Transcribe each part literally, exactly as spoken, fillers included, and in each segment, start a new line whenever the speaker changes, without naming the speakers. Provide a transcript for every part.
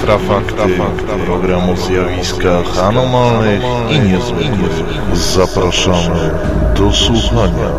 Infrafakty, program o zjawiskach anomalnych i niezwykłych. Zapraszamy do słuchania.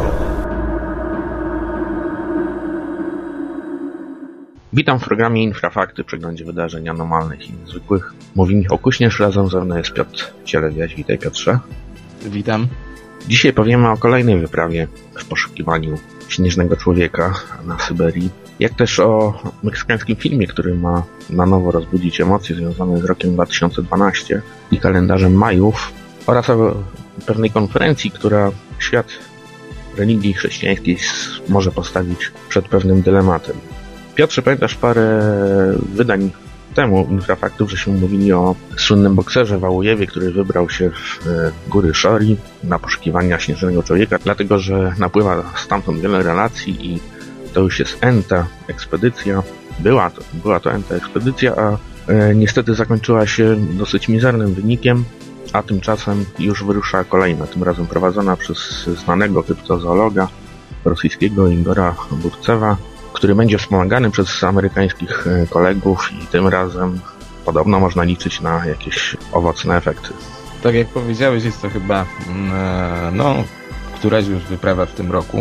Witam w programie Infrafakty, przeglądzie wydarzeń anomalnych i niezwykłych. Mówi Michał Kuśnierz, razem ze mną jest Piotr Cielebiaś. Witaj, Piotrze.
Witam.
Dzisiaj powiemy o kolejnej wyprawie w poszukiwaniu śnieżnego człowieka na Syberii, jak też o meksykańskim filmie, który ma na nowo rozbudzić emocje związane z rokiem dwa tysiące dwunastym i kalendarzem Majów, oraz o pewnej konferencji, która świat religii chrześcijańskiej może postawić przed pewnym dylematem. Piotrze, pamiętasz parę wydań temu Infrafaktów, żeśmy mówili o słynnym bokserze Wałujewie, który wybrał się w góry Shori na poszukiwania śnieżnego człowieka, dlatego że napływa stamtąd wiele relacji i to już jest enta ekspedycja. Była to, była to enta ekspedycja, a e, niestety zakończyła się dosyć mizernym wynikiem, a tymczasem już wyrusza kolejna, tym razem prowadzona przez znanego kryptozoologa rosyjskiego Igora Burcewa, który będzie wspomagany przez amerykańskich kolegów i tym razem podobno można liczyć na jakieś owocne efekty.
Tak jak powiedziałeś, jest to chyba no, któraś już wyprawa w tym roku.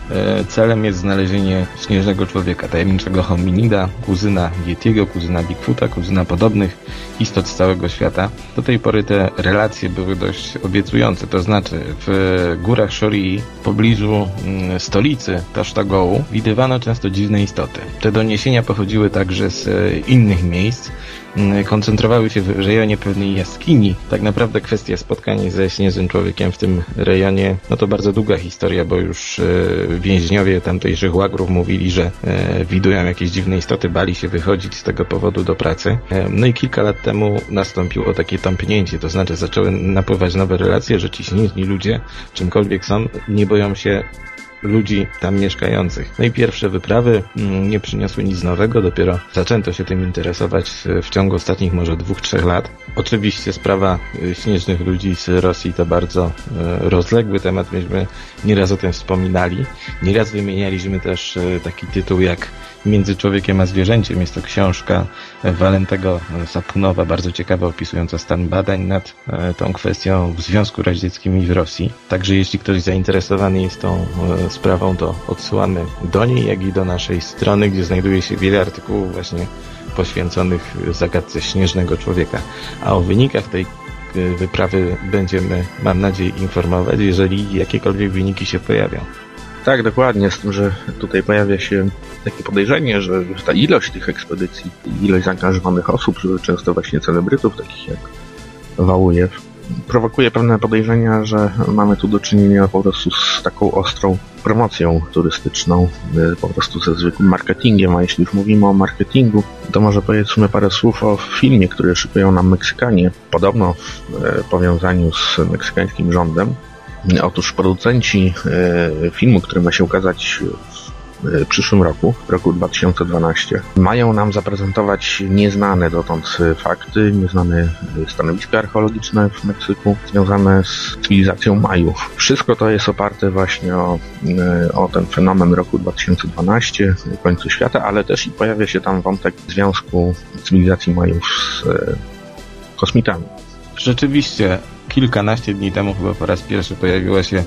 Celem jest znalezienie śnieżnego człowieka, tajemniczego hominida, kuzyna Yetiego, kuzyna Bigfoota, kuzyna podobnych istot z całego świata. Do tej pory te relacje były dość obiecujące, to znaczy w górach Shori, w pobliżu stolicy Tasztagołu, widywano często dziwne istoty. Te doniesienia pochodziły także z innych miejsc, koncentrowały się w rejonie pewnej jaskini. Tak naprawdę kwestia spotkań ze śnieżnym człowiekiem w tym rejonie, no to bardzo długa historia, bo już więźniowie tamtejszych łagrów mówili, że widują jakieś dziwne istoty, bali się wychodzić z tego powodu do pracy. No i kilka lat temu nastąpiło takie tąpnięcie, to znaczy zaczęły napływać nowe relacje, że ci śnieżni ludzie, czymkolwiek są, nie boją się ludzi tam mieszkających. No i pierwsze wyprawy nie przyniosły nic nowego, dopiero zaczęto się tym interesować w ciągu ostatnich może dwóch, trzech lat. Oczywiście sprawa śnieżnych ludzi z Rosji to bardzo rozległy temat, myśmy nieraz o tym wspominali. Nieraz wymienialiśmy też taki tytuł jak Między człowiekiem a zwierzęciem. Jest to książka Walentego Sapunowa, bardzo ciekawa, opisująca stan badań nad tą kwestią w Związku Radzieckim i w Rosji. Także jeśli ktoś zainteresowany jest tą sprawą, to odsyłamy do niej, jak i do naszej strony, gdzie znajduje się wiele artykułów właśnie poświęconych zagadce śnieżnego człowieka. A o wynikach tej wyprawy będziemy, mam nadzieję, informować, jeżeli jakiekolwiek wyniki się pojawią.
Tak, dokładnie, z tym, że tutaj pojawia się takie podejrzenie, że ta ilość tych ekspedycji, ilość zaangażowanych osób, często właśnie celebrytów, takich jak Wałujew, prowokuje pewne podejrzenia, że mamy tu do czynienia po prostu z taką ostrą promocją turystyczną, po prostu ze zwykłym marketingiem, a jeśli już mówimy o marketingu, to może powiedzmy parę słów o filmie, który szykują nam Meksykanie, podobno w powiązaniu z meksykańskim rządem. Otóż producenci filmu, który ma się ukazać w przyszłym roku, w roku dwa tysiące dwunastym, mają nam zaprezentować nieznane dotąd fakty, nieznane stanowiska archeologiczne w Meksyku związane z cywilizacją Majów. Wszystko to jest oparte właśnie o, o ten fenomen roku dwa tysiące dwunastego, końcu świata, ale też i pojawia się tam wątek związku cywilizacji Majów z kosmitami.
Rzeczywiście, kilkanaście dni temu chyba po raz pierwszy pojawiła się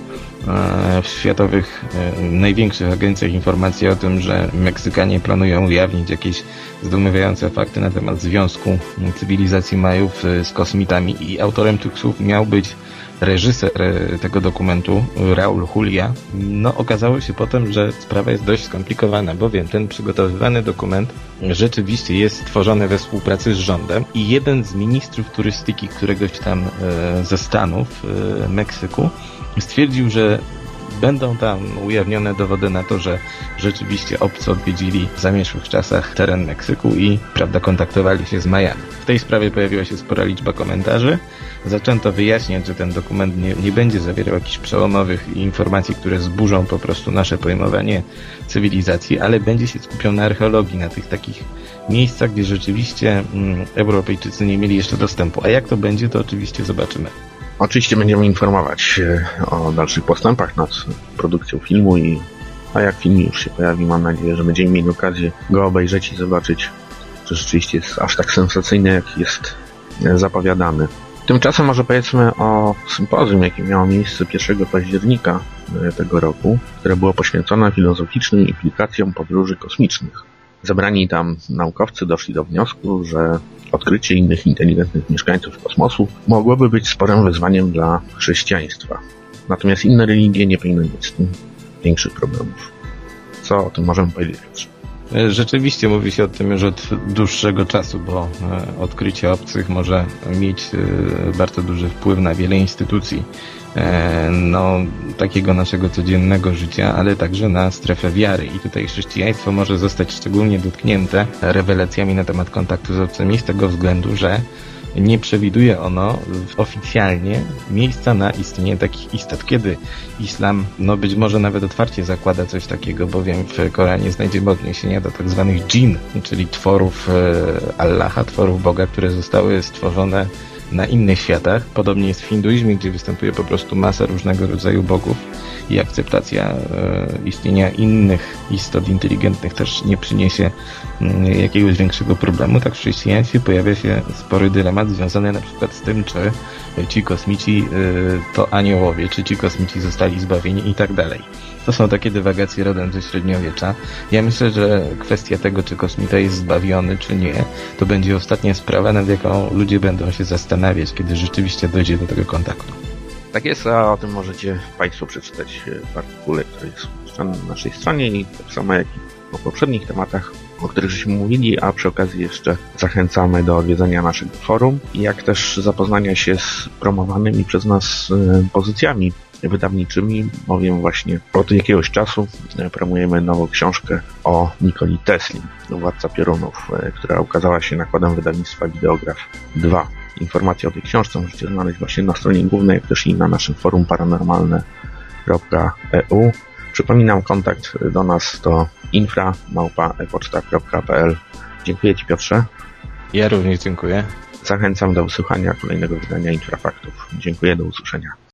w światowych największych agencjach informacja o tym, że Meksykanie planują ujawnić jakieś zdumiewające fakty na temat związku cywilizacji Majów z kosmitami i autorem tych słów miał być reżyser tego dokumentu, Raul Julia. No, okazało się potem, że sprawa jest dość skomplikowana, bowiem ten przygotowywany dokument rzeczywiście jest tworzony we współpracy z rządem i jeden z ministrów turystyki któregoś tam e, ze Stanów e, Meksyku stwierdził, że będą tam ujawnione dowody na to, że rzeczywiście obcy odwiedzili w zamierzchłych czasach teren Meksyku i, prawda, kontaktowali się z Majami. W tej sprawie pojawiła się spora liczba komentarzy. Zaczęto wyjaśniać, że ten dokument nie, nie będzie zawierał jakichś przełomowych informacji, które zburzą po prostu nasze pojmowanie cywilizacji, ale będzie się skupiał na archeologii, na tych takich miejscach, gdzie rzeczywiście mm, Europejczycy nie mieli jeszcze dostępu. A jak to będzie, to oczywiście zobaczymy.
Oczywiście będziemy informować o dalszych postępach nad produkcją filmu i a jak film już się pojawi, mam nadzieję, że będziemy mieli okazję go obejrzeć i zobaczyć czy rzeczywiście jest aż tak sensacyjny, jak jest zapowiadany. Tymczasem może powiedzmy o sympozjum, jakie miało miejsce pierwszego października tego roku, które było poświęcone filozoficznym implikacjom podróży kosmicznych. Zebrani tam naukowcy doszli do wniosku, że odkrycie innych inteligentnych mieszkańców kosmosu mogłoby być sporym wyzwaniem dla chrześcijaństwa. Natomiast inne religie nie powinny mieć z tym większych problemów. Co o tym możemy powiedzieć?
Rzeczywiście mówi się o tym już od dłuższego czasu, bo odkrycie obcych może mieć bardzo duży wpływ na wiele instytucji, no, takiego naszego codziennego życia, ale także na strefę wiary. I tutaj chrześcijaństwo może zostać szczególnie dotknięte rewelacjami na temat kontaktu z obcymi z tego względu, że nie przewiduje ono oficjalnie miejsca na istnienie takich istot. Kiedy islam, no być może nawet otwarcie zakłada coś takiego, bowiem w Koranie znajdziemy odniesienia do tak zwanych dżin, czyli tworów Allaha, tworów Boga, które zostały stworzone na innych światach. Podobnie jest w hinduizmie, gdzie występuje po prostu masa różnego rodzaju bogów i akceptacja e, istnienia innych istot inteligentnych też nie przyniesie m, jakiegoś większego problemu. Tak w chrześcijaństwie pojawia się spory dylemat związany na przykład z tym, czy ci kosmici e, to aniołowie, czy ci kosmici zostali zbawieni i tak dalej. To są takie dywagacje rodem ze średniowiecza. Ja myślę, że kwestia tego, czy kosmita jest zbawiony, czy nie, to będzie ostatnia sprawa, nad jaką ludzie będą się zastanawiać, kiedy rzeczywiście dojdzie do tego kontaktu.
Tak jest, a o tym możecie Państwo przeczytać w artykule, który jest umieszczony na naszej stronie i tak samo jak i o poprzednich tematach, o których żeśmy mówili, a przy okazji jeszcze zachęcamy do odwiedzenia naszego forum, jak też zapoznania się z promowanymi przez nas pozycjami wydawniczymi, bowiem właśnie od jakiegoś czasu promujemy nową książkę o Nikoli Tesli, Władca Piorunów, która ukazała się nakładem wydawnictwa Wideograf dwa. Informacje o tej książce możecie znaleźć właśnie na stronie głównej, jak też i na naszym forum paranormalne kropka e u. Przypominam, kontakt do nas to infra małpa e poczta kropka p l. Dziękuję Ci, Piotrze.
Ja również dziękuję.
Zachęcam do wysłuchania kolejnego wydania Infrafaktów. Dziękuję, do usłyszenia.